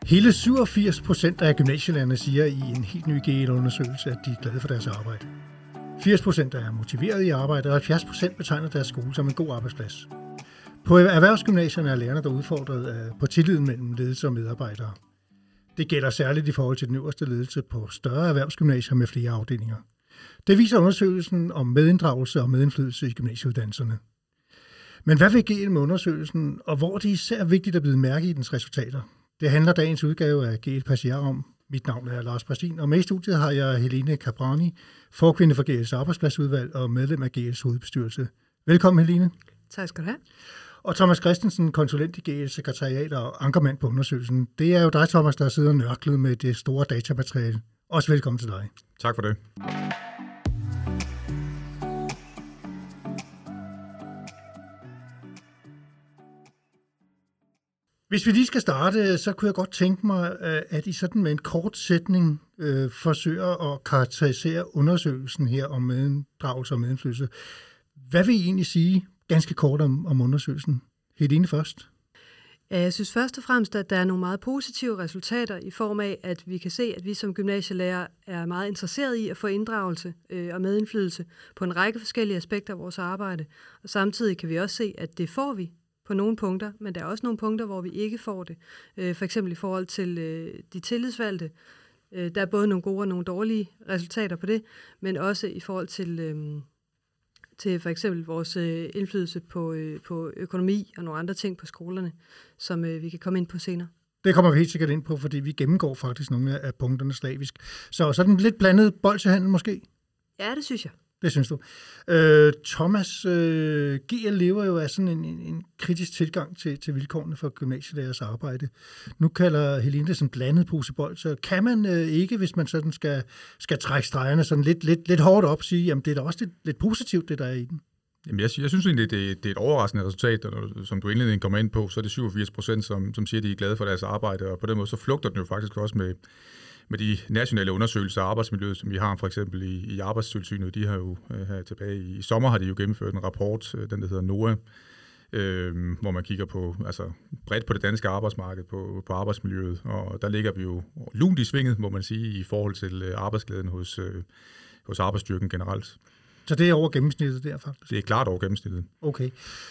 Hele 87% af gymnasielærerne siger i en helt ny GL-undersøgelse, at de er glade for deres arbejde. 80% er motiveret i arbejde, og 70% betegner deres skole som en god arbejdsplads. På erhvervsgymnasierne er lærerne der udfordret på tilliden mellem ledelse og medarbejdere. Det gælder særligt i forhold til den øverste ledelse på større erhvervsgymnasier med flere afdelinger. Det viser undersøgelsen om medinddragelse og medindflydelse i gymnasieuddannelserne. Men hvad vil GL med undersøgelsen, og hvor det især vigtigt at blive mærke i dens resultater? Det handler dagens udgave af GL Passiar om. Mit navn er Lars Præstin, og med i studiet har jeg Helene Caprani, forkvinde for GL's arbejdspladsudvalg og medlem af GL's hovedbestyrelse. Velkommen, Helene. Tak skal du have. Og Thomas Christensen, konsulent i GL's sekretariat og ankermand på undersøgelsen. Det er jo dig, Thomas, der sidder nørklet med det store datamateriale. Også velkommen til dig. Tak for det. Hvis vi lige skal starte, så kunne jeg godt tænke mig, at I sådan med en kort sætning forsøger at karakterisere undersøgelsen her om medinddragelse og medindflydelse. Hvad vil I egentlig sige ganske kort om undersøgelsen? Helene først. Ja, jeg synes først og fremmest, at der er nogle meget positive resultater i form af, at vi kan se, at vi som gymnasielærer er meget interesserede i at få inddragelse og medindflydelse på en række forskellige aspekter af vores arbejde. Og samtidig kan vi også se, at det får vi på nogle punkter, men der er også nogle punkter, hvor vi ikke får det. For eksempel i forhold til de tillidsvalgte. Der er både nogle gode og nogle dårlige resultater på det, men også i forhold til for eksempel vores indflydelse på økonomi og nogle andre ting på skolerne, som vi kan komme ind på senere. Det kommer vi helt sikkert ind på, fordi vi gennemgår faktisk nogle af punkterne slavisk. Så sådan lidt blandet bolsjehandel måske? Ja, det synes jeg. Det synes du. Thomas, GL lever jo af sådan en kritisk tilgang til vilkårene for gymnasielærers arbejde. Nu kalder Helene det sådan blandet posebold, så kan man ikke, hvis man sådan skal trække stregerne sådan lidt hårdt op, sige, jamen det er da også lidt positivt, det der er i den. Jamen, jeg synes egentlig, det er et overraskende resultat, og som du indledningen kommer ind på, så er det 87%, som siger, at de er glade for deres arbejde, og på den måde så flugter den jo faktisk også med de nationale undersøgelser af arbejdsmiljøet, som vi har for eksempel i Arbejdstilsynet. De har jo her tilbage i sommer har de jo gennemført en rapport, den der hedder NOA, hvor man kigger på bredt på det danske arbejdsmarked, på arbejdsmiljøet, og der ligger vi jo lunt i svinget, må man sige, i forhold til arbejdsglæden hos arbejdsstyrken generelt. Så det er over gennemsnittet der faktisk? Det er klart over gennemsnittet. Okay.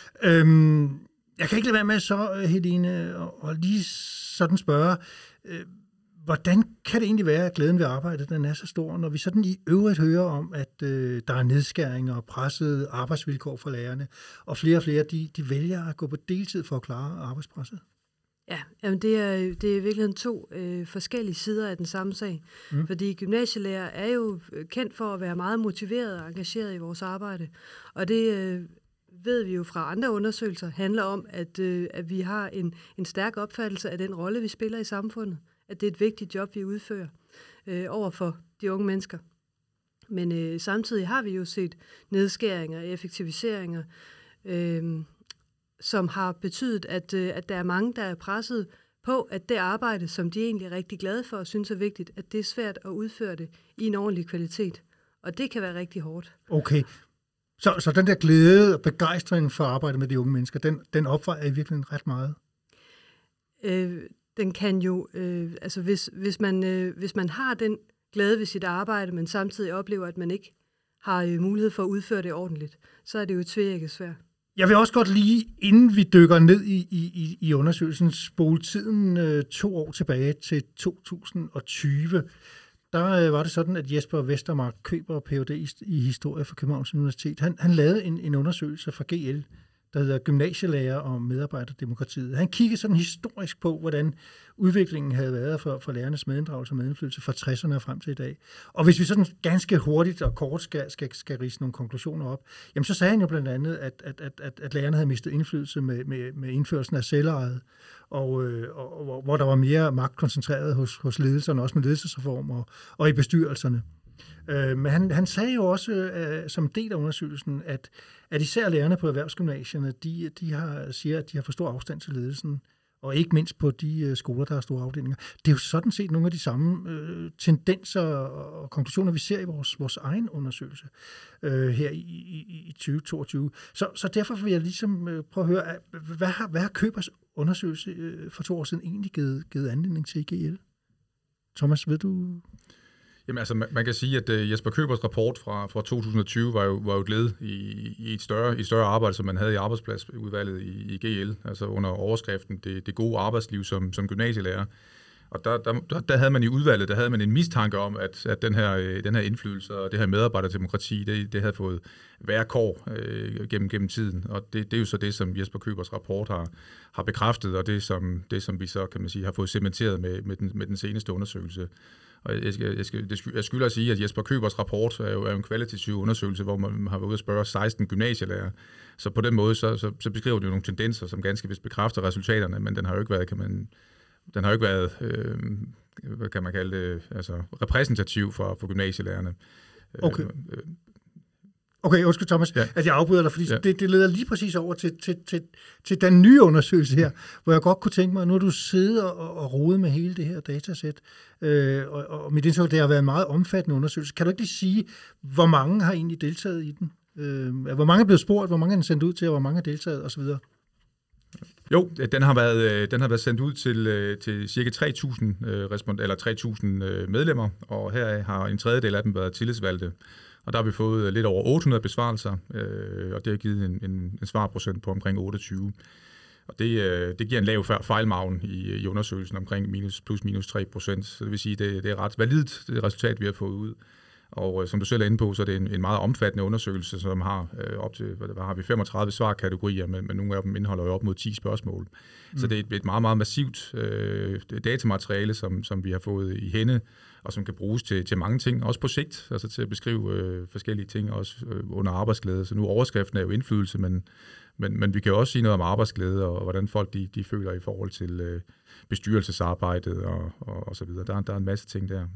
Jeg kan ikke lade være med så, Helene, og lige sådan spørge, hvordan kan det egentlig være, at glæden ved arbejdet den er så stor, når vi sådan i øvrigt hører om, at der er nedskæringer og pressede arbejdsvilkår for lærerne, og flere, de vælger at gå på deltid for at klare arbejdspresset? Ja, jamen det er i virkeligheden to forskellige sider af den samme sag. Fordi gymnasielærer er jo kendt for at være meget motiveret og engageret i vores arbejde. Og det ved vi jo fra andre undersøgelser handler om, at vi har en stærk opfattelse af den rolle, vi spiller i samfundet. At det er et vigtigt job, vi udfører over for de unge mennesker. Men samtidig har vi jo set nedskæringer, effektiviseringer, som har betydet, at der er mange, der er presset på, at det arbejde, som de egentlig er rigtig glade for og synes er vigtigt, at det er svært at udføre det i en ordentlig kvalitet. Og det kan være rigtig hårdt. Okay. Så den der glæde og begejstring for at arbejde med de unge mennesker, den opvejer i virkeligheden ret meget? Den kan jo, hvis man har den glæde ved sit arbejde, men samtidig oplever, at man ikke har mulighed for at udføre det ordentligt, så er det jo tvækket svært. Jeg vil også godt lige, inden vi dykker ned i undersøgelsen, spole tiden 2 år tilbage til 2020. Der var det sådan, at Jesper Vestermark, køber Ph.D. i historie fra Københavns Universitet, han lavede en undersøgelse fra GL, der hedder Gymnasielærer og medarbejderdemokratiet. Han kiggede sådan historisk på, hvordan udviklingen havde været for lærernes medinddragelse og medindflydelse fra 60'erne og frem til i dag. Og hvis vi sådan ganske hurtigt og kort skal ridse nogle konklusioner op, jamen så sagde han jo blandt andet, at lærerne havde mistet indflydelse med indførelsen af selvejet, og hvor der var mere magt koncentreret hos ledelserne, også med ledelsesreform og i bestyrelserne. Men han sagde jo også som del af undersøgelsen, at især lærerne på erhvervsgymnasierne, de siger, at de har for stor afstand til ledelsen, og ikke mindst på de skoler, der har store afdelinger. Det er jo sådan set nogle af de samme tendenser og konklusioner, vi ser i vores egen undersøgelse her i 2022. Så derfor vil jeg ligesom prøve at høre, hvad har Købers undersøgelse for 2 år siden egentlig givet anledning til i GL? Thomas, ved du... Jamen altså, man kan sige, at Jesper Købers rapport fra 2020 var jo et led i et større arbejde, som man havde i arbejdspladsudvalget i GL, altså under overskriften det gode arbejdsliv som gymnasielærer. Og der havde man i udvalget, der havde man en mistanke om, at den her indflydelse og det her medarbejderdemokrati, det havde fået værre kår gennem tiden. Og det er jo så det, som Jesper Købers rapport har bekræftet, og det som vi så, kan man sige, har fået cementeret med den seneste undersøgelse. Og jeg skylder at sige, at Jesper Købers rapport er jo en kvalitativ undersøgelse, hvor man har været ude at spørge 16 gymnasielærere. Så på den måde, så beskriver det jo nogle tendenser, som ganske vist bekræfter resultaterne, men den har jo ikke været, hvad kan man kalde det, altså repræsentativ for gymnasielærerne. Okay, undskyld Thomas, at jeg afbryder dig, fordi det leder lige præcis over til den nye undersøgelse her, hvor jeg godt kunne tænke mig, at nu har du siddet og rodet med hele det her datasæt, og mit indtryk, det har været en meget omfattende undersøgelse. Kan du ikke lige sige, hvor mange har egentlig deltaget i den? Hvor mange er blevet spurgt, hvor mange er den sendt ud til, og hvor mange har deltaget osv.? Jo, den har været sendt ud til cirka 3.000 medlemmer, og her har en tredjedel af dem været tillidsvalgte. Og der har vi fået lidt over 800 besvarelser, og det har givet en svarprocent på omkring 28. Og det giver en lav fejlmargen i undersøgelsen omkring minus 3%. Så det vil sige, det er ret validt, det resultat, vi har fået ud. Og som du selv er inde på, så er det en meget omfattende undersøgelse, som har op til, hvad har vi, 35 svarkategorier, men nogle af dem indeholder jo op mod 10 spørgsmål. Så det er et meget, meget massivt datamateriale, som vi har fået i hænde, og som kan bruges til mange ting, også på sigt, altså til at beskrive forskellige ting, også under arbejdsglæde. Så nu overskriften er jo indflydelse, men vi kan jo også sige noget om arbejdsglæde, og hvordan folk de føler i forhold til bestyrelsesarbejdet og så videre. Der er en masse ting der.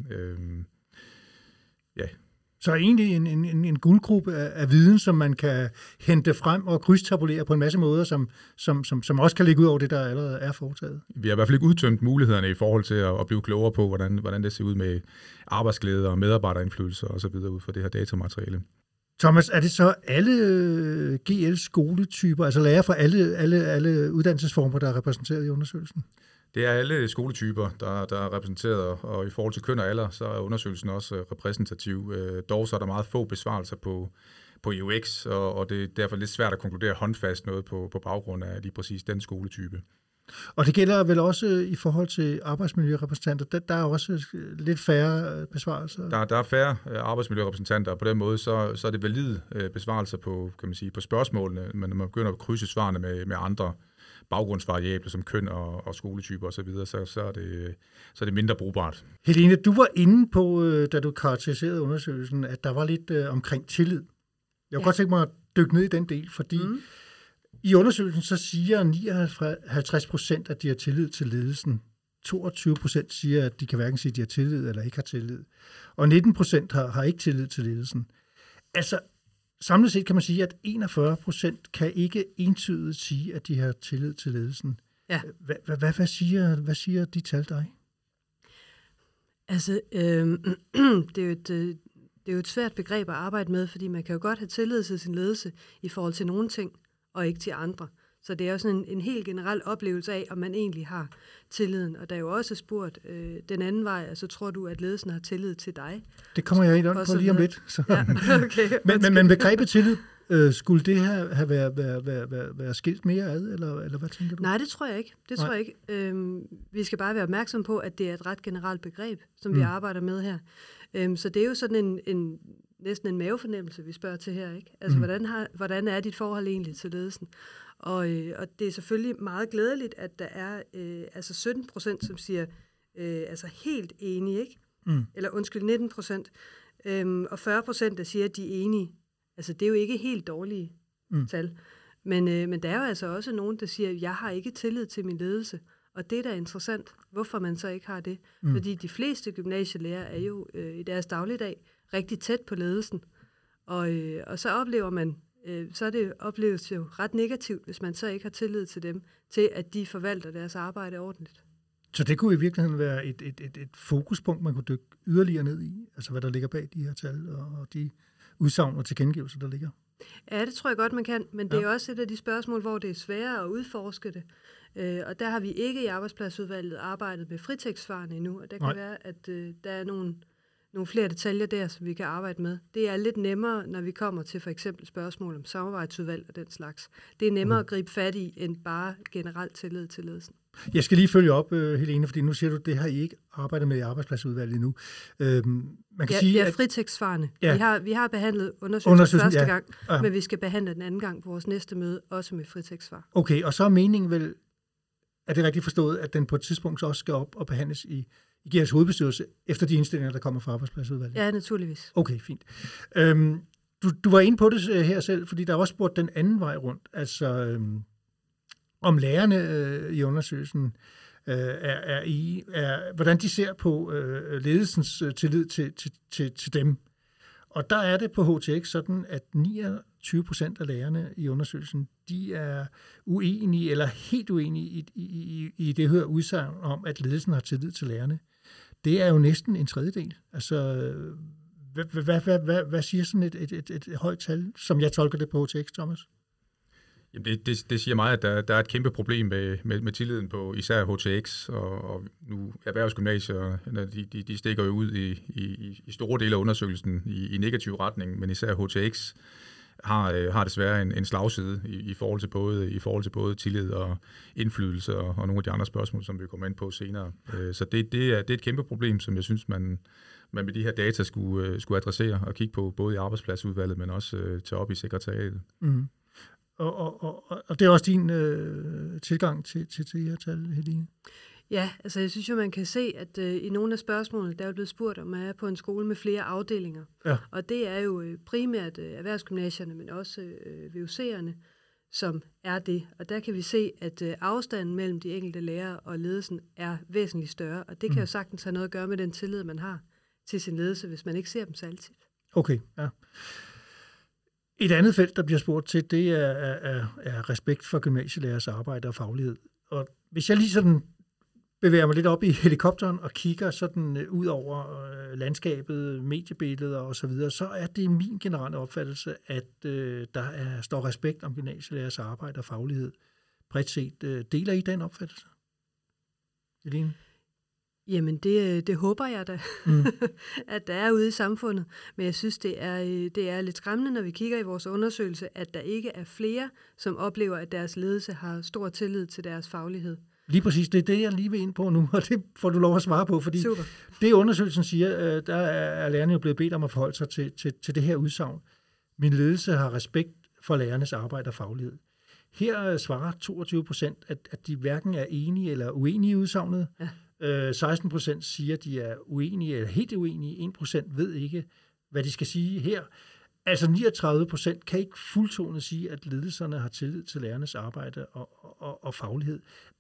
Ja. Så egentlig en guldgruppe af viden, som man kan hente frem og krydstabulere på en masse måder, som også kan ligge ud over det, der allerede er foretaget. Vi har i hvert fald ikke udtømt mulighederne i forhold til at blive klogere på, hvordan det ser ud med arbejdsglæde og medarbejderindflydelse og så videre ud fra det her datamateriale. Thomas, er det så alle GL-skoletyper, altså lærere fra alle uddannelsesformer, der er repræsenteret i undersøgelsen? Det er alle skoletyper, der er repræsenteret, og i forhold til køn og alder, så er undersøgelsen også repræsentativ. Dog så er der meget få besvarelser på EUX, og det er derfor lidt svært at konkludere håndfast noget på baggrund af lige præcis den skoletype. Og det gælder vel også i forhold til arbejdsmiljørepræsentanter. Der er også lidt færre besvarelser. Der er færre arbejdsmiljørepræsentanter, og på den måde så er det valide besvarelser på, kan man sige, på spørgsmålene, men når man begynder at krydse svarene med andre baggrundsvariabler som køn og skoletyper osv., så er det mindre brugbart. Helene, du var inde på, da du karakteriserede undersøgelsen, at der var lidt omkring tillid. Jeg kunne godt tænke mig at dykke ned i den del, fordi i undersøgelsen så siger 59%, at de har tillid til ledelsen. 22% siger, at de kan hverken sige, at de har tillid eller ikke har tillid. Og 19% har ikke tillid til ledelsen. Altså, samlet set kan man sige, at 41% kan ikke entydigt sige, at de har tillid til ledelsen. Ja. Hvad siger de tal dig? Altså, det er jo et svært begreb at arbejde med, fordi man kan jo godt have tillid til sin ledelse i forhold til nogle ting, og ikke til andre. Så det er jo sådan en helt generel oplevelse af, om man egentlig har tilliden. Og der er jo også spurgt den anden vej, altså tror du, at ledelsen har tillid til dig? Det kommer jeg ind på lige om lidt. Så. Ja, okay. men begrebet tillid, skulle det her have været skilt mere ad, eller hvad tænker du? Nej, det tror jeg ikke. Vi skal bare være opmærksom på, at det er et ret generelt begreb, som vi arbejder med her. Så det er jo sådan næsten en mavefornemmelse, vi spørger til her, ikke? Altså, hvordan er dit forhold egentlig til ledelsen? Og det er selvfølgelig meget glædeligt, at der er 17%, som siger helt enige, ikke? Eller 19%. Og 40%, der siger, at de er enige. Altså, det er jo ikke helt dårlige tal. Men der er jo altså også nogen, der siger, at jeg har ikke tillid til min ledelse. Og det er da interessant, hvorfor man så ikke har det. Fordi de fleste gymnasielærer er jo i deres dagligdag rigtig tæt på ledelsen. Og så oplever man så det opleves jo ret negativt, hvis man så ikke har tillid til dem, til at de forvalter deres arbejde ordentligt. Så det kunne i virkeligheden være et fokuspunkt, man kunne dykke yderligere ned i, altså hvad der ligger bag de her tal og de udsagn og tilkendegivelser, der ligger? Ja, det tror jeg godt, man kan, men det er også et af de spørgsmål, hvor det er sværere at udforske det. Og der har vi ikke i arbejdspladsudvalget arbejdet med fritektsvarene endnu, og der kan være, at der er nogle flere detaljer der, som vi kan arbejde med. Det er lidt nemmere, når vi kommer til for eksempel spørgsmål om samarbejdsudvalg og den slags. Det er nemmere at gribe fat i, end bare generelt tillid til ledelsen. Jeg skal lige følge op, Helene, fordi nu siger du, det har I ikke arbejdet med i arbejdspladsudvalget endnu. Man kan sige, at fritektsvarene. Ja. Vi har behandlet undersøgelsen første gang, men vi skal behandle den anden gang på vores næste møde, også med fritektsvar. Okay, og så er meningen vel, er det rigtigt forstået, at den på et tidspunkt så også skal op og behandles i jeres hovedbestyrelse, efter de indstillinger, der kommer fra arbejdspladsudvalget? Ja, naturligvis. Okay, fint. Du var inde på det her selv, fordi der er også spurgt den anden vej rundt, altså om lærerne i undersøgelsen hvordan de ser på ledelsens tillid til dem. Og der er det på HTX sådan, at 29% af lærerne i undersøgelsen, de er uenige eller helt uenige i det her udsagn om, at ledelsen har tillid til lærerne. Det er jo næsten en tredjedel. Altså, hvad siger sådan et højt tal, som jeg tolker det på HTX, Thomas? Jamen det siger mig, at der er et kæmpe problem med tilliden på især HTX, og nu erhvervsgymnasier, de stikker jo ud i store dele af undersøgelsen i negativ retning, men især HTX har desværre en slagside i forhold til både tillid og indflydelse og nogle af de andre spørgsmål, som vi kommer ind på senere. Så det er et kæmpe problem, som jeg synes, man med de her data skulle adressere og kigge på, både i arbejdspladsudvalget, men også tage op i sekretariatet. Mm. Og det er også din tilgang til de her tal, Helene? Ja, altså jeg synes jo, man kan se, at i nogle af spørgsmålene, der er blevet spurgt om, at jeg er på en skole med flere afdelinger. Ja. Og det er jo primært erhvervsgymnasierne, men også VUC'erne, som er det. Og der kan vi se, at afstanden mellem de enkelte lærere og ledelsen er væsentligt større. Og det kan jo sagtens have noget at gøre med den tillid, man har til sin ledelse, hvis man ikke ser dem så altid. Okay, ja. Et andet felt, der bliver spurgt til, det er respekt for gymnasielærers arbejde og faglighed. Og hvis jeg lige sådan bevæger mig lidt op i helikopteren og kigger sådan ud over landskabet, mediebilleder og så videre, så er det min generelle opfattelse, at der står respekt om gymnasielærers arbejde og faglighed. Bredt set, deler I den opfattelse? Helene? Jamen, det håber jeg da, at der er ude i samfundet. Men jeg synes, det er lidt skræmmende, når vi kigger i vores undersøgelse, at der ikke er flere, som oplever, at deres ledelse har stor tillid til deres faglighed. Lige præcis, det er det, jeg lige vil ind på nu, og det får du lov at svare på, fordi det undersøgelsen siger, der er lærerne jo blevet bedt om at forholde sig til det her udsagn. Min ledelse har respekt for lærernes arbejde og faglighed. Her svarer 22%, at de hverken er enige eller uenige i udsagnet. Ja. 16% siger, at de er uenige eller helt uenige. 1% ved ikke, hvad de skal sige her. Altså 39% kan ikke fuldtonet sige, at ledelserne har tillid til lærernes arbejde og faglighed.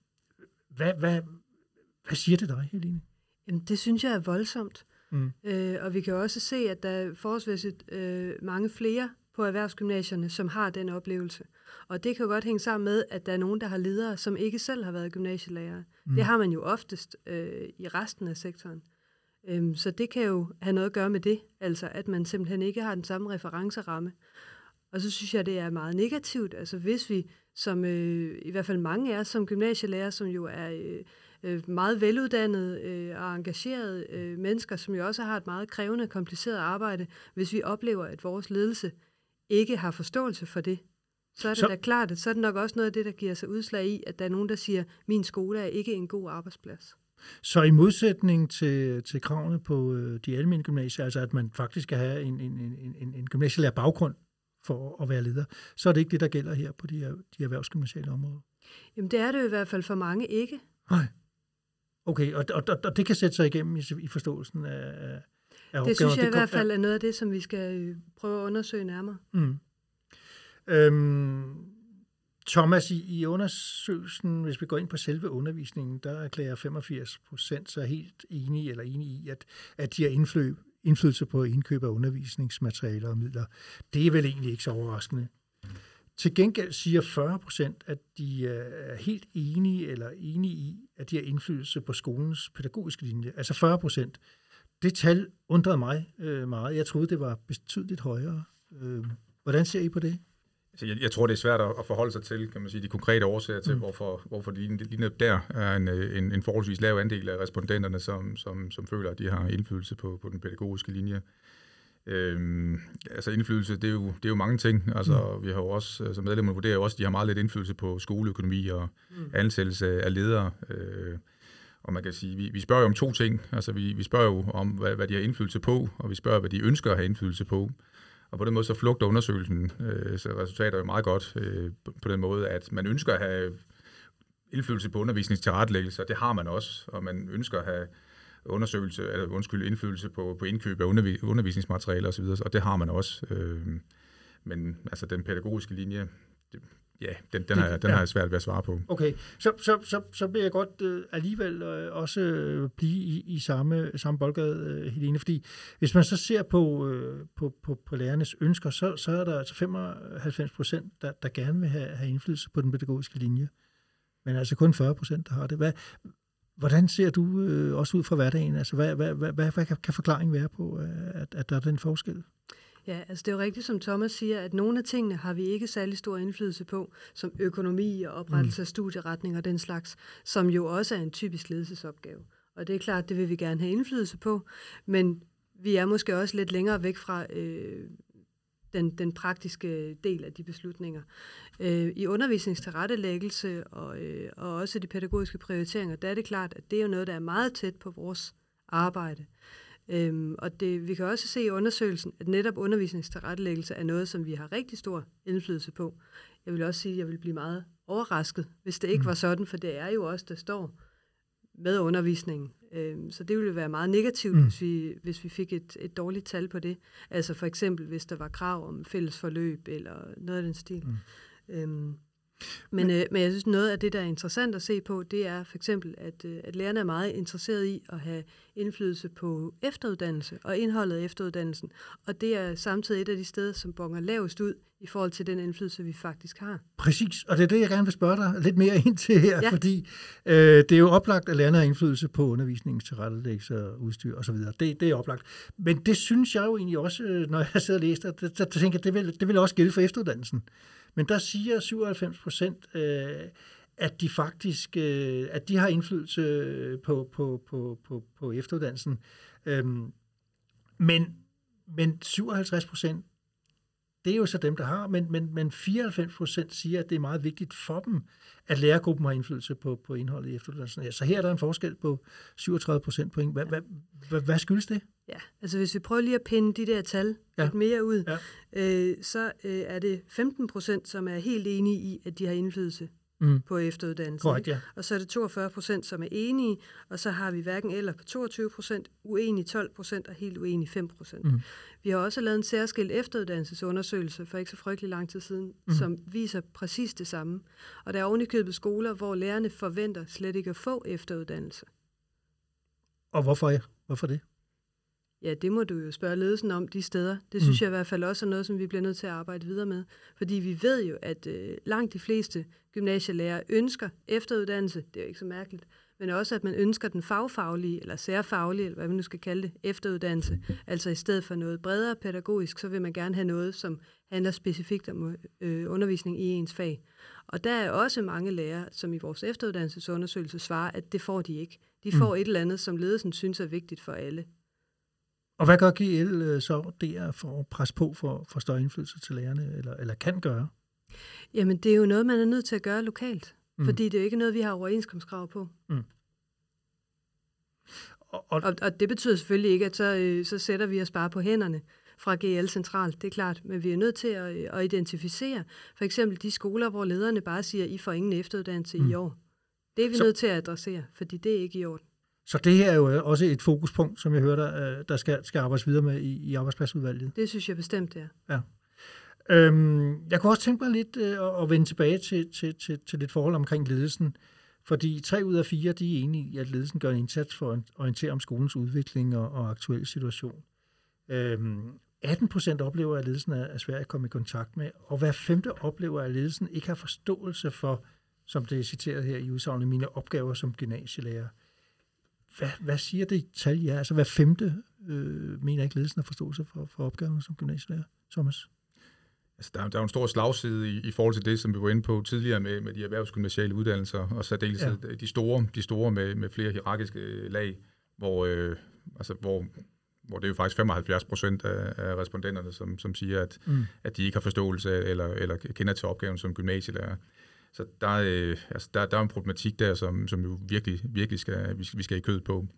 Hvad siger det dig, Helene? Jamen, det synes jeg er voldsomt. Og vi kan også se, at der er forholdsvist mange flere på erhvervsgymnasierne, som har den oplevelse. Og det kan jo godt hænge sammen med, at der er nogen, der har ledere, som ikke selv har været gymnasielærere. Det har man jo oftest i resten af sektoren. Så det kan jo have noget at gøre med det, altså at man simpelthen ikke har den samme referenceramme. Og så synes jeg, det er meget negativt, altså hvis vi, som i hvert fald mange af os som gymnasielærer, som jo er meget veluddannede og engagerede mennesker, som jo også har et meget krævende, kompliceret arbejde, hvis vi oplever, at vores ledelse ikke har forståelse for det, så er det da klart, at så er det nok også noget af det, der giver sig udslag i, at der er nogen, der siger, min skole er ikke en god arbejdsplads. Så i modsætning til kravene på de almene gymnasier, altså at man faktisk skal have en gymnasielærer baggrund for at være leder, så er det ikke det, der gælder her på de erhvervsgymnasiale områder? Jamen det er det jo i hvert fald for mange ikke. Nej. Okay, og det kan sætte sig igennem i forståelsen af opgaver. Det synes jeg i hvert fald er noget af det, som vi skal prøve at undersøge nærmere. Thomas, i undersøgelsen, hvis vi går ind på selve undervisningen, der erklærer 85% så helt enige i, at de har indflydelse på indkøb af undervisningsmaterialer og midler. Det er vel egentlig ikke så overraskende. Til gengæld siger 40%, at de er helt enige i, at de har indflydelse på skolens pædagogiske linje. Altså 40%. Det tal undrede mig meget. Jeg troede, det var betydeligt højere. Hvordan ser I på det? Jeg tror, det er svært at forholde sig til, kan man sige, de konkrete årsager til, hvorfor lige der er en forholdsvis lav andel af respondenterne, som føler, at de har indflydelse på den pædagogiske linje. Altså indflydelse, det er jo mange ting. Altså vi har jo også, som medlemmer vurderer jo også, at de har meget lidt indflydelse på skoleøkonomi og ansættelse af ledere. Og man kan sige, vi spørger jo om to ting. Altså vi spørger jo om, hvad de har indflydelse på, og vi spørger, hvad de ønsker at have indflydelse på. Og på den måde så flugter undersøgelsen så resultater jo meget godt på den måde, at man ønsker at have indflydelse på undervisningstilrettelæggelse, og det har man også. Og man ønsker at have indflydelse på indkøb af undervisningsmaterialer osv., og det har man også. Men altså den pædagogiske linje, den har jeg svært ved at svare på. Okay, så vil jeg godt alligevel også blive i samme boldgade, Helene, fordi hvis man så ser på lærernes ønsker, så er der altså 95%, der gerne vil have indflydelse på den pædagogiske linje. Men altså kun 40%, der har det. Hvordan ser du også ud fra hverdagen? Altså, hvad kan forklaringen være på, at der er den forskel? Ja, altså det er jo rigtigt, som Thomas siger, at nogle af tingene har vi ikke særlig stor indflydelse på, som økonomi og oprettelse af studieretning og den slags, som jo også er en typisk ledelsesopgave. Og det er klart, det vil vi gerne have indflydelse på, men vi er måske også lidt længere væk fra den praktiske del af de beslutninger. I undervisningstilrettelæggelse og også de pædagogiske prioriteringer, der er det klart, at det er jo noget, der er meget tæt på vores arbejde. Og vi kan også se i undersøgelsen, at netop undervisningstilrettelæggelse er noget, som vi har rigtig stor indflydelse på. Jeg vil også sige, at jeg vil blive meget overrasket, hvis det ikke var sådan, for det er jo også, der står med undervisningen. Så det ville være meget negativt, hvis vi fik et dårligt tal på det. Altså for eksempel, hvis der var krav om fælles forløb eller noget af den stil. Men jeg synes, noget af det, der er interessant at se på, det er for eksempel, at lærerne er meget interesserede i at have indflydelse på efteruddannelse og indholdet af efteruddannelsen. Og det er samtidig et af de steder, som bonger lavest ud i forhold til den indflydelse, vi faktisk har. Præcis, og det er det, jeg gerne vil spørge dig lidt mere ind til her, fordi det er jo oplagt, at lærerne har indflydelse på undervisningens tilrettelæggelse og udstyr osv. Det er oplagt. Men det synes jeg jo egentlig også, når jeg sidder og læser, så tænker jeg, det vil også gælde for efteruddannelsen. Men der siger 97%, at de faktisk at de har indflydelse på efteruddannelsen. Men 57%, det er jo så dem, der har, men 94% siger, at det er meget vigtigt for dem, at lærergruppen har indflydelse på indholdet i efteruddannelsen. Så her er der en forskel på 37 procentpoint. Hvad skyldes det? Ja, altså hvis vi prøver lige at pinde de der tal lidt mere ud, så er det 15%, som er helt enige i, at de har indflydelse på efteruddannelse. Korrekt, ja. Og så er det 42%, som er enige, og så har vi hverken eller på 22%, uenige 12% og helt uenige 5%. Vi har også lavet en særskilt efteruddannelsesundersøgelse for ikke så frygtelig lang tid siden, som viser præcis det samme. Og der er ovenikøbet skoler, hvor lærerne forventer slet ikke at få efteruddannelse. Og hvorfor det? Ja, det må du jo spørge ledelsen om de steder. Det synes jeg i hvert fald også er noget, som vi bliver nødt til at arbejde videre med. Fordi vi ved jo, at langt de fleste gymnasielærere ønsker efteruddannelse. Det er jo ikke så mærkeligt. Men også, at man ønsker den fagfaglige, eller særfaglige, eller hvad man nu skal kalde det, efteruddannelse. Altså i stedet for noget bredere pædagogisk, så vil man gerne have noget, som handler specifikt om undervisning i ens fag. Og der er også mange lærere, som i vores efteruddannelsesundersøgelse svarer, at det får de ikke. De får et eller andet, som ledelsen synes er vigtigt for alle. Og hvad gør GL så der for at presse på for større indflydelse til lærerne, eller kan gøre? Jamen, det er jo noget, man er nødt til at gøre lokalt, fordi det er jo ikke noget, vi har overenskomstkrav på. Og det betyder selvfølgelig ikke, at så sætter vi os bare på hænderne fra GL centralt, det er klart, men vi er nødt til at identificere for eksempel de skoler, hvor lederne bare siger, I får ingen efteruddannelse i år. Det er vi nødt til at adressere, fordi det er ikke i orden. Så det her er jo også et fokuspunkt, som jeg hørte, der skal arbejdes videre med i arbejdspladsudvalget. Det synes jeg bestemt, det er. Ja. Jeg kunne også tænke mig lidt at vende tilbage til lidt forhold omkring ledelsen, fordi 3 ud af 4 de er enige i, at ledelsen gør en indsats for at orientere om skolens udvikling og aktuelle situation. 18% oplever, at ledelsen er svær at komme i kontakt med, og hver 5. oplever, at ledelsen ikke har forståelse for, som det er citeret her i udsagnet, mine opgaver som gymnasielærer. Hvad siger det tal? Ja, altså hver 5. mener ikke ledelsen har forståelse for opgaverne som gymnasielærer, Thomas? Altså, der er jo en stor slagside i forhold til det, som vi var inde på tidligere med de erhvervsgymnasiale uddannelser, og særdeles de store med flere hierarkiske lag, hvor det er jo faktisk 75% af respondenterne, som siger, at de ikke har forståelse eller kender til opgaven som gymnasielærer. Så der er en problematik der, som jo virkelig vi skal i kød på.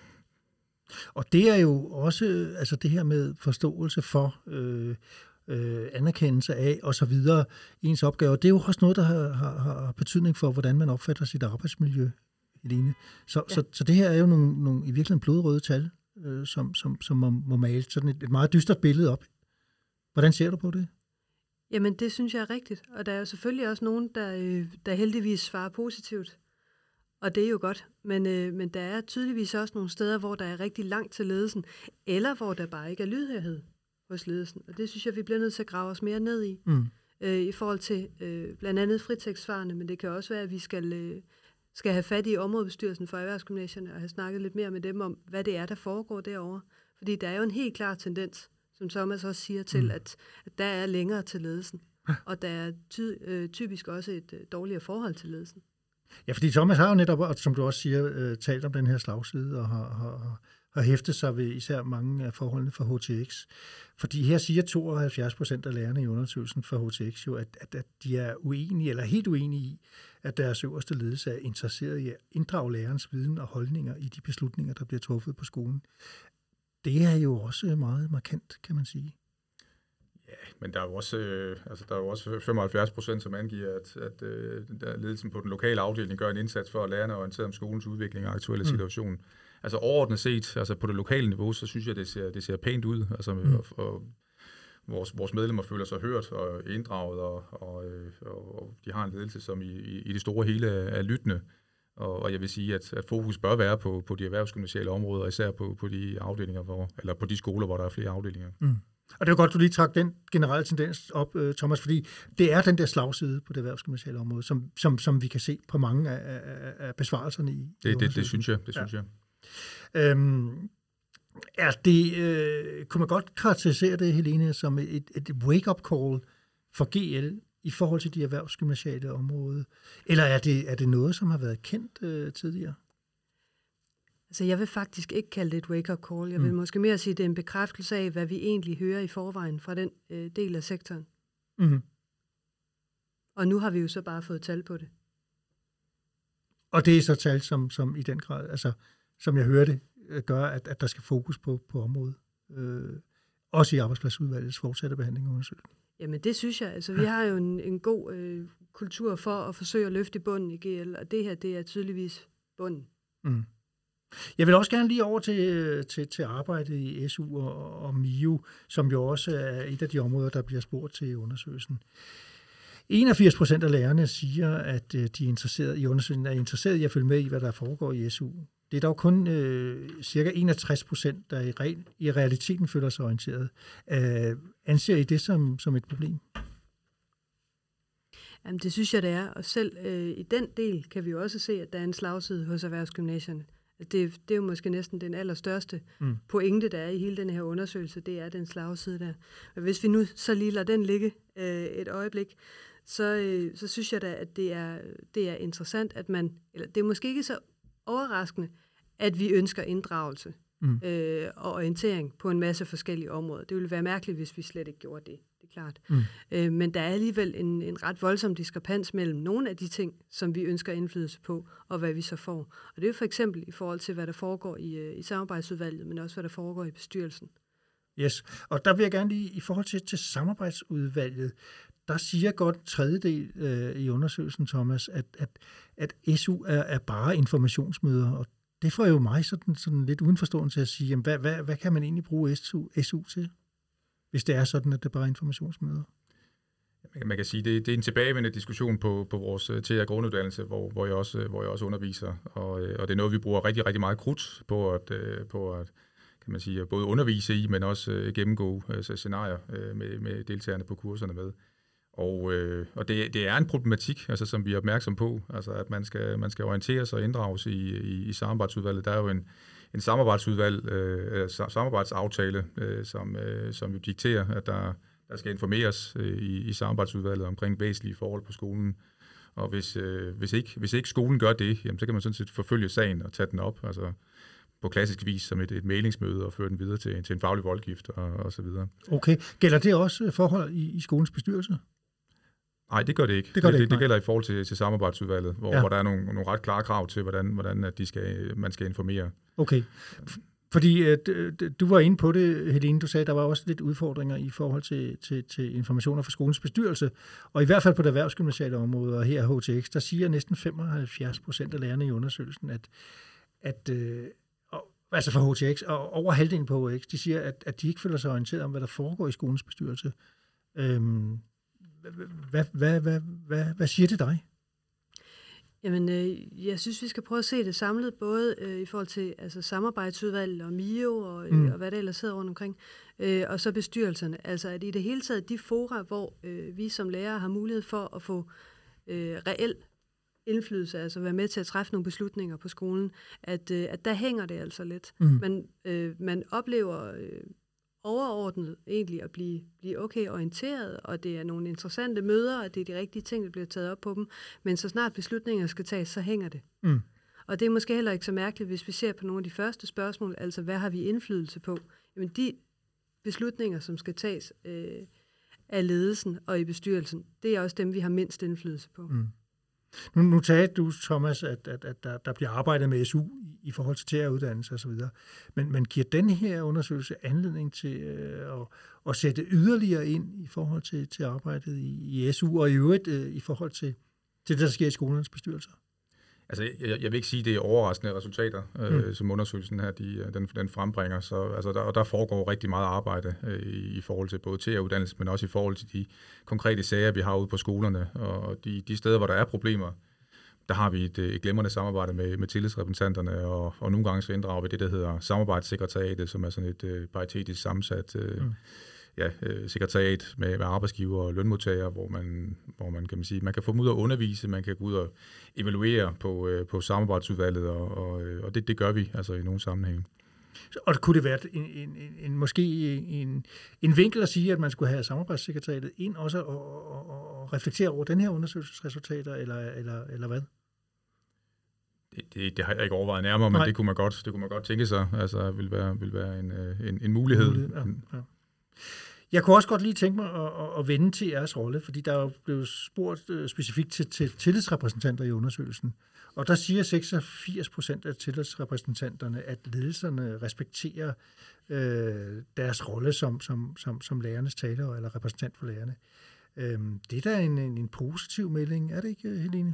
Og det er jo også altså det her med forståelse for anerkendelse af og så videre ens opgaver. Det er jo også noget, der har betydning for, hvordan man opfatter sit arbejdsmiljø, Helene. Så det her er jo nogle i virkeligheden blodrøde tal, som må male sådan et meget dystert billede op. Hvordan ser du på det? Jamen, det synes jeg er rigtigt. Og der er jo selvfølgelig også nogen, der heldigvis svarer positivt. Og det er jo godt. Men der er tydeligvis også nogle steder, hvor der er rigtig langt til ledelsen, eller hvor der bare ikke er lydhørhed hos ledelsen. Og det synes jeg, vi bliver nødt til at grave os mere ned i. I forhold til blandt andet fritekstfarerne, men det kan også være, at vi skal have fat i områdebestyrelsen for erhvervsgymnasierne og have snakket lidt mere med dem om, hvad det er, der foregår derovre. Fordi der er jo en helt klar tendens, som Thomas også siger til, at der er længere til ledelsen. Og der er typisk også et dårligere forhold til ledelsen. Ja, fordi Thomas har jo netop, som du også siger, talt om den her slagside og har hæftet sig ved især mange af forholdene for HTX. Fordi her siger 72% af lærerne i undersøgelsen for HTX jo, at de er uenige eller helt uenige i, at deres øverste ledelse er interesseret i at inddrage lærerens viden og holdninger i de beslutninger, der bliver truffet på skolen. Det er jo også meget markant, kan man sige. Ja, men der er jo også 75%, som angiver, at ledelsen på den lokale afdeling gør en indsats for at lærerne orientere om skolens udvikling og aktuelle situation. Altså overordnet set, altså på det lokale niveau, så synes jeg, det ser pænt ud. Altså, og vores medlemmer føler sig hørt og inddraget, og de har en ledelse, som i det store hele er lyttende. Og jeg vil sige, at fokus bør være på de erhvervsgymnasiale områder, især på de afdelinger, eller på de skoler, hvor der er flere afdelinger. Og det er jo godt, du lige trak den generelle tendens op, Thomas, fordi det er den der slagside på det erhvervsgymnasiale område, som vi kan se på mange af besvarelserne i det synes jeg. Kunne man godt karakterisere det, Helene, som et wake-up call for GL i forhold til de erhvervsgymnasiale område? Eller er det noget, som har været kendt tidligere? Altså, jeg vil faktisk ikke kalde det et wake-up call. Jeg vil måske mere sige, at det er en bekræftelse af, hvad vi egentlig hører i forvejen fra den del af sektoren. Og nu har vi jo så bare fået tal på det. Og det er så tal, som i den grad, altså, som jeg hørte, gør, at der skal fokus på området. Også i arbejdspladsudvalgets fortsatte behandling og undersøgelse. Jamen, det synes jeg. Altså, vi har jo en god kultur for at forsøge at løfte bunden i GL, og det her, det er tydeligvis bunden. Jeg vil også gerne lige over til arbejdet i SU og MIO, som jo også er et af de områder, der bliver spurgt til i undersøgelsen. 81% af lærerne siger, at de er interesseret i undersøgelsen, er interesseret i at følge med i, hvad der foregår i SU. Det er dog kun cirka 61%, der i realiteten føler sig orienteret. Anser I det som et problem? Jamen, det synes jeg, det er. Og selv i den del kan vi jo også se, at der er en slagside hos erhvervsgymnasierne. Det er jo måske næsten den allerstørste pointe, der er i hele den her undersøgelse, det er den slagside der. Og hvis vi nu så lige lader den ligge et øjeblik, så synes jeg da, at det er interessant, at eller det er måske ikke så overraskende, at vi ønsker inddragelse og orientering på en masse forskellige områder. Det ville være mærkeligt, hvis vi slet ikke gjorde det. Det er klart. Men der er alligevel en ret voldsom diskrepans mellem nogle af de ting, som vi ønsker indflydelse på, og hvad vi så får. Og det er jo for eksempel i forhold til, hvad der foregår i samarbejdsudvalget, men også hvad der foregår i bestyrelsen. Yes, og der vil jeg gerne lige, i forhold til samarbejdsudvalget, der siger godt en tredjedel i undersøgelsen, Thomas, at SU er bare informationsmøder, og det får jo mig sådan lidt udenforstående til at sige, jamen, hvad kan man egentlig bruge SU til, hvis det er sådan, at det bare er informationsmøder? Man kan sige, det er en tilbagevendende diskussion på vores TR grunduddannelse, hvor jeg også underviser, og det er noget, vi bruger rigtig, rigtig meget krudt på at kan man sige, både undervise i, men også gennemgå scenarier med deltagerne på kurserne med. Og det er en problematik, altså, som vi er opmærksom på, altså, at man skal orientere sig og inddrages i samarbejdsudvalget. Der er jo en samarbejdsaftale, som jo dikterer, at der skal informeres i samarbejdsudvalget omkring væsentlige forhold på skolen. Og hvis ikke skolen gør det, jamen, så kan man sådan set forfølge sagen og tage den op, altså på klassisk vis som et mailingsmøde og føre den videre til en faglig voldgift og så videre. Okay. Gælder det også forhold i skolens bestyrelse? Nej, det gør det ikke. Det gælder i forhold til samarbejdsudvalget, hvor der er nogle ret klare krav til, hvordan at man skal informere. Okay. Fordi du var inde på det, Helene, du sagde, at der var også lidt udfordringer i forhold til informationer fra skolens bestyrelse, og i hvert fald på det erhvervsgymnasiale område, og her HTX, der siger næsten 75% af lærerne i undersøgelsen, altså for HTX, og over halvdelen på HTX, de siger, at de ikke føler sig orienteret om, hvad der foregår i skolens bestyrelse. Hvad siger det dig? Jamen, jeg synes, vi skal prøve at se det samlet, både i forhold til samarbejdsudvalg og MIO og hvad der ellers hedder rundt omkring, og så bestyrelserne. Altså, at i det hele taget de fora, hvor vi som lærere har mulighed for at få reel indflydelse, altså være med til at træffe nogle beslutninger på skolen, at der hænger det altså lidt. Man oplever overordnet egentlig at blive okay orienteret, og det er nogle interessante møder, og det er de rigtige ting, der bliver taget op på dem, men så snart beslutninger skal tages, så hænger det. Og det er måske heller ikke så mærkeligt, hvis vi ser på nogle af de første spørgsmål, altså hvad har vi indflydelse på? Jamen de beslutninger, som skal tages af ledelsen og i bestyrelsen, det er også dem, vi har mindst indflydelse på. Nu talte du, Thomas, at der bliver arbejdet med SU i forhold til TR-uddannelse osv., men giver den her undersøgelse anledning til at sætte yderligere ind i forhold til arbejdet i SU, og i øvrigt i forhold til det, der sker i skolernes bestyrelser? Altså, jeg vil ikke sige, at det er overraskende resultater, som undersøgelsen her, den frembringer. Så, altså, der foregår rigtig meget arbejde i forhold til både TR-uddannelse, men også i forhold til de konkrete sager, vi har ude på skolerne. Og de steder, hvor der er problemer, der har vi et glimrende samarbejde med tillidsrepræsentanterne, og nogle gange så inddrager vi det, der hedder samarbejdssekretariatet, som er sådan et paritetisk sammensat sekretariat med arbejdsgiver og lønmodtagere, hvor man kan man sige, man kan få dem ud og undervise, man kan gå ud og evaluere på samarbejdsudvalget, og det gør vi altså i nogle sammenhænge. Og kunne det være måske en vinkel at sige, at man skulle have samarbejdssekretariatet ind også og reflektere over den her undersøgelsesresultater, eller hvad? Det har jeg ikke overvejet nærmere, men det kunne man godt tænke sig, altså vil være en mulighed. Ja. Jeg kunne også godt lige tænke mig at vende til jeres rolle, fordi der er jo blevet spurgt specifikt til tillidsrepræsentanter i undersøgelsen. Og der siger 86% af tillidsrepræsentanterne, at ledelserne respekterer deres rolle som lærernes taler eller repræsentant for lærerne. Det er da en positiv melding, er det ikke, Helene?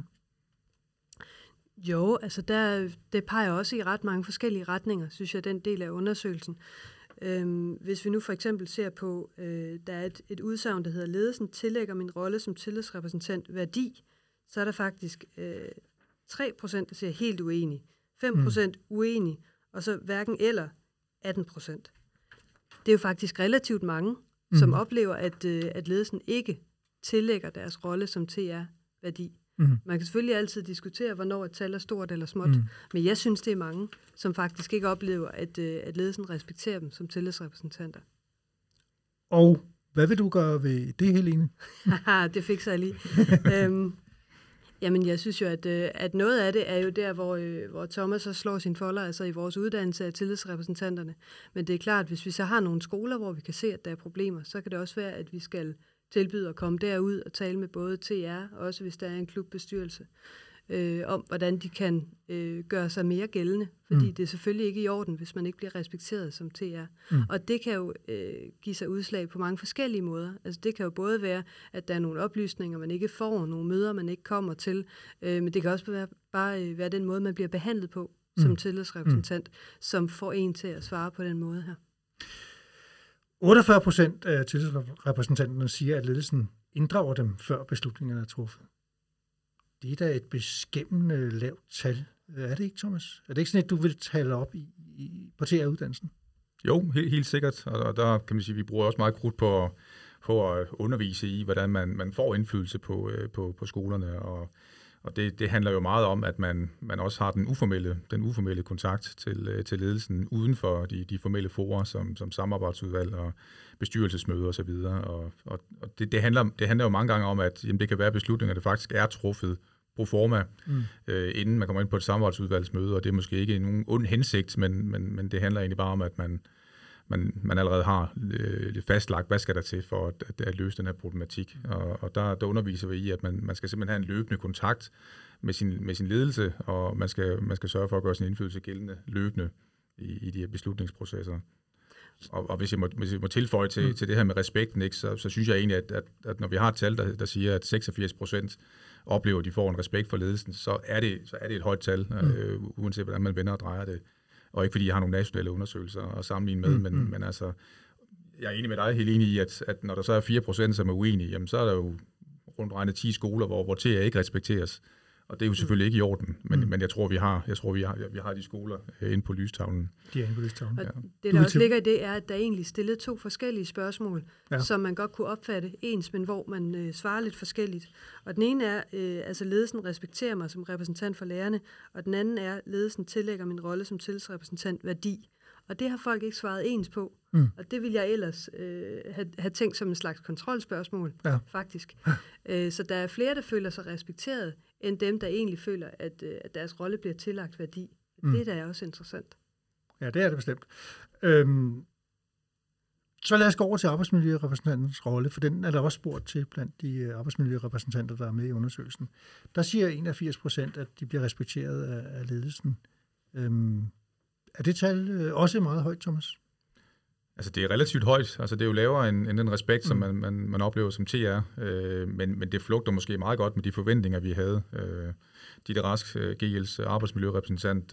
Jo, altså det peger også i ret mange forskellige retninger, synes jeg, den del af undersøgelsen. Hvis vi nu for eksempel ser på, der er et udsagn, der hedder, ledelsen tillægger min rolle som tillidsrepræsentant værdi, så er der faktisk 3%, der siger helt uenig, 5% uenig, og så hverken eller 18%. Det er jo faktisk relativt mange, som oplever, at ledelsen ikke tillægger deres rolle som TR værdi. Man kan selvfølgelig altid diskutere, hvornår et tal er stort eller småt, men jeg synes, det er mange, som faktisk ikke oplever, at ledelsen respekterer dem som tillidsrepræsentanter. Og hvad vil du gøre ved det, Helene? Det fikser jeg lige. Jamen, jeg synes jo, at noget af det er jo der, hvor Thomas så slår sin folder, altså i vores uddannelse af tillidsrepræsentanterne. Men det er klart, at hvis vi så har nogle skoler, hvor vi kan se, at der er problemer, så kan det også være, at vi skal tilbyde at komme derud og tale med både TR, også hvis der er en klubbestyrelse, om hvordan de kan gøre sig mere gældende. Fordi det er selvfølgelig ikke i orden, hvis man ikke bliver respekteret som TR. Og det kan jo give sig udslag på mange forskellige måder. Altså det kan jo både være, at der er nogle oplysninger, man ikke får, nogle møder, man ikke kommer til, men det kan også være den måde, man bliver behandlet på som tillidsrepræsentant, som får en til at svare på den måde her. 48% af tillidsrepræsentanterne siger, at ledelsen inddrager dem, før beslutningerne er truffet. Det er da et beskæmmende lavt tal. Er det ikke, Thomas? Er det ikke sådan, at du vil tale op på TR-uddannelsen? Jo, helt sikkert, og der kan man sige, at vi bruger også meget krudt på at undervise i, hvordan man får indflydelse på skolerne, og det handler jo meget om, at man også har den uformelle kontakt til ledelsen uden for de formelle fora, som samarbejdsudvalg og bestyrelsesmøder osv. Og det handler jo mange gange om, at jamen, det kan være beslutninger, der faktisk er truffet pro forma, inden man kommer ind på et samarbejdsudvalgsmøde, og det er måske ikke nogen ond hensigt, men det handler egentlig bare om, at man allerede har fastlagt, hvad skal der til for at løse den her problematik. Og der underviser vi i, at man skal simpelthen have en løbende kontakt med sin ledelse, og man skal sørge for at gøre sin indflydelse gældende løbende i de her beslutningsprocesser. Og hvis jeg må tilføje til det her med respekten, ikke, så synes jeg egentlig, at når vi har et tal, der siger, at 86% oplever, at de får en respekt for ledelsen, så er det et højt tal, uanset hvordan man vender og drejer det. Og ikke fordi jeg har nogle nationale undersøgelser at sammenligne med, men altså, jeg er enig med dig, helt enig i, at når der så er 4%, som er uenige, jamen så er der jo rundt regnet 10 skoler, hvor TA ikke respekteres. Og det er jo selvfølgelig ikke i orden, men jeg tror, vi har de skoler inde på lystavlen. De er inde på lystavlen. Og det, der også ligger i det, er, at der egentlig stillede 2 forskellige spørgsmål, som man godt kunne opfatte ens, men hvor man svarer lidt forskelligt. Og den ene er, altså ledelsen respekterer mig som repræsentant for lærerne, og den anden er, ledelsen tillægger min rolle som tillidsrepræsentant værdi. Og det har folk ikke svaret ens på. Og det vil jeg ellers have tænkt som en slags kontrolspørgsmål, faktisk. Så der er flere, der føler sig respekteret, end dem, der egentlig føler, at deres rolle bliver tillagt værdi. Det er da også interessant. Ja, det er det bestemt. Så lad os gå over til arbejdsmiljørepræsentantens rolle, for den er der også spurgt til blandt de arbejdsmiljørepræsentanter, der er med i undersøgelsen. Der siger 81%, at de bliver respekteret af ledelsen. Er det tal også meget højt, Thomas? Altså, det er relativt højt. Altså, det er jo lavere end den respekt, som man oplever som TR. Men det flugter måske meget godt med de forventninger, vi havde. Ditte Rask, GL's arbejdsmiljørepræsentant,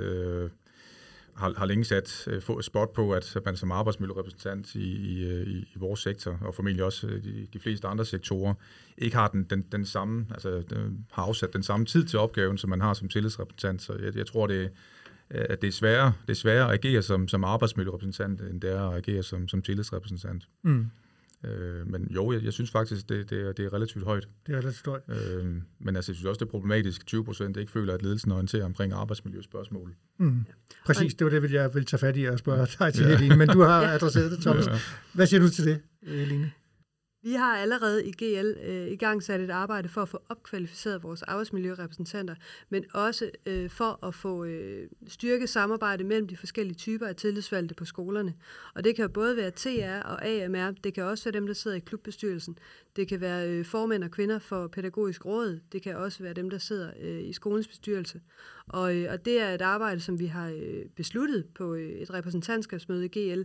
har længe sat spot på, at man som arbejdsmiljørepræsentant i vores sektor, og formentlig også de fleste andre sektorer, ikke har den samme, altså har afsat den samme tid til opgaven, som man har som tillidsrepræsentant. Så jeg tror, at det er sværere at agere som arbejdsmiljørepræsentant, end det er at agere som tillidsrepræsentant. Men jo, jeg synes faktisk, det er relativt højt. Det er relativt højt. Men altså, jeg synes også, det er problematisk, 20% ikke føler, at ledelsen orienterer omkring arbejdsmiljøspørgsmål. Præcis, det var det, jeg ville tage fat i og spørge dig til, Helene. Men du har adresseret det, Thomas. Hvad siger du til det, Helene? Vi har allerede i GL i gang sat et arbejde for at få opkvalificeret vores arbejdsmiljørepræsentanter, men også for at få styrket samarbejde mellem de forskellige typer af tillidsvalgte på skolerne. Og det kan både være TR og AMR, det kan også være dem, der sidder i klubbestyrelsen, det kan være formænd og kvinder for pædagogisk råd, det kan også være dem, der sidder i skolens bestyrelse. Og det er et arbejde, som vi har besluttet på et repræsentantskabsmøde i GL,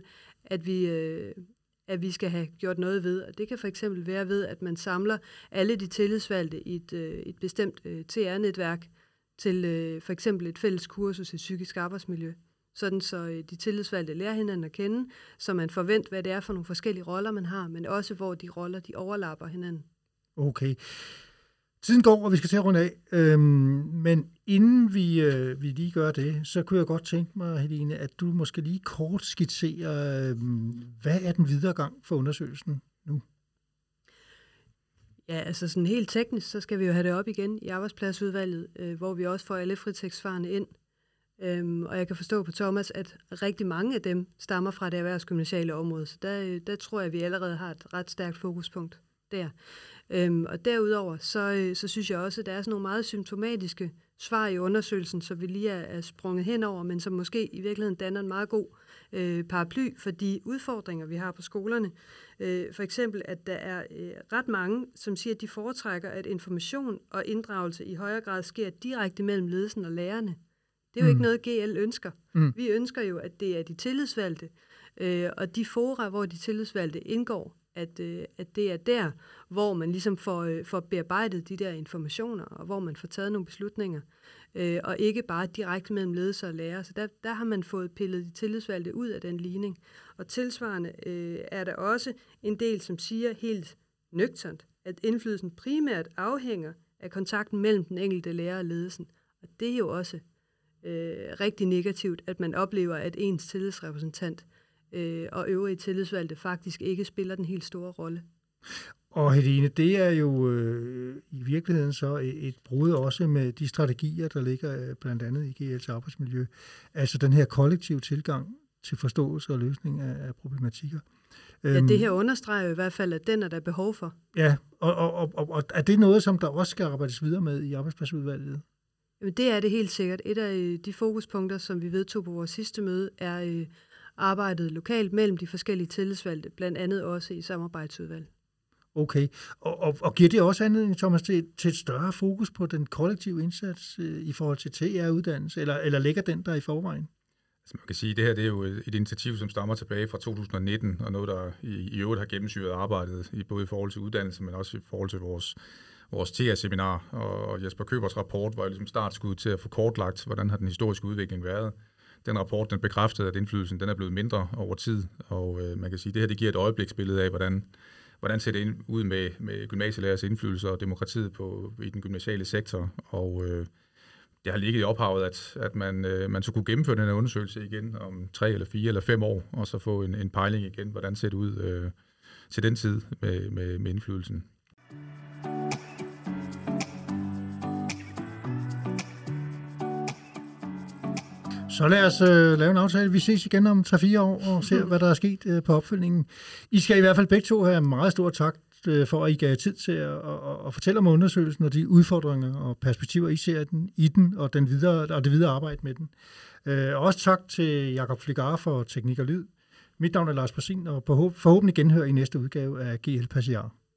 at vi skal have gjort noget ved. Og det kan for eksempel være ved, at man samler alle de tillidsvalgte i et bestemt TR-netværk til for eksempel et fælles kursus i psykisk arbejdsmiljø. Sådan så de tillidsvalgte lærer hinanden at kende, så man forventer, hvad det er for nogle forskellige roller, man har, men også hvor de roller, de overlapper hinanden. Okay. Tiden går, og vi skal til at runde af. Men inden vi lige gør det, så kunne jeg godt tænke mig, Helene, at du måske lige kort skitserer, hvad er den videre gang for undersøgelsen nu? Ja, altså sådan helt teknisk, så skal vi jo have det op igen i arbejdspladsudvalget, hvor vi også får alle fritekstvarene ind. Og jeg kan forstå på Thomas, at rigtig mange af dem stammer fra det erhvervsgymnasiale område, så der tror jeg, at vi allerede har et ret stærkt fokuspunkt der. Og derudover, så synes jeg også, at der er sådan nogle meget symptomatiske svar i undersøgelsen, så vi lige er sprunget henover, men som måske i virkeligheden danner en meget god paraply for de udfordringer, vi har på skolerne. For eksempel, at der er ret mange, som siger, at de foretrækker, at information og inddragelse i højere grad sker direkte mellem ledelsen og lærerne. Det er jo ikke noget, GL ønsker. Vi ønsker jo, at det er de tillidsvalgte, og de fora, hvor de tillidsvalgte indgår, at det er der, hvor man ligesom får bearbejdet de der informationer, og hvor man får taget nogle beslutninger, og ikke bare direkte mellem ledelse og lærer. Så der har man fået pillet de tillidsvalgte ud af den ligning. Og tilsvarende er der også en del, som siger helt nøgternt, at indflydelsen primært afhænger af kontakten mellem den enkelte lærer og ledelsen. Og det er jo også rigtig negativt, at man oplever, at ens tillidsrepræsentant og øvrige tillidsvalgte faktisk ikke spiller den helt store rolle. Og Helene, det er jo i virkeligheden så et brud også med de strategier, der ligger blandt andet i GL's arbejdsmiljø. Altså den her kollektive tilgang til forståelse og løsning af problematikker. Ja, det her understreger i hvert fald, at den er der behov for. Ja, og er det noget, som der også skal arbejdes videre med i arbejdspladsudvalget? Det er det helt sikkert. Et af de fokuspunkter, som vi vedtog på vores sidste møde, er arbejdet lokalt mellem de forskellige tillidsvalgte, blandt andet også i samarbejdsudvalg. Okay, og giver det også anledning, Thomas, til et større fokus på den kollektive indsats i forhold til TR-uddannelse, eller ligger den der i forvejen? Altså man kan sige, at det her det er jo et initiativ, som stammer tilbage fra 2019, og noget, der i øvrigt har gennemsyret arbejdet, både i forhold til uddannelse, men også i forhold til vores TR-seminar. Og Jesper Købers rapport var jo ligesom startskud til at få kortlagt, hvordan har den historiske udvikling været. Den rapport, den bekræftede, at indflydelsen den er blevet mindre over tid, og man kan sige, at det her det giver et øjebliksbillede af, hvordan ser det ud med gymnasielærers indflydelse og demokratiet i den gymnasiale sektor. Og det har ligget i ophavet, at man så kunne gennemføre den her undersøgelse igen om 3 eller 4 eller 5 år, og så få en pejling igen, hvordan ser det ud til den tid med indflydelsen. Så lad os lave en aftale. Vi ses igen om 3-4 år og ser, hvad der er sket på opfølgningen. I skal i hvert fald begge to have meget stor tak for, at I gav tid til at fortælle om undersøgelsen og de udfordringer og perspektiver, I ser i den og det videre arbejde med den. Også tak til Jakob Fligare for teknik og lyd. Mit navn er Lars Persin, og forhåbentlig genhør i næste udgave af GL Passiar.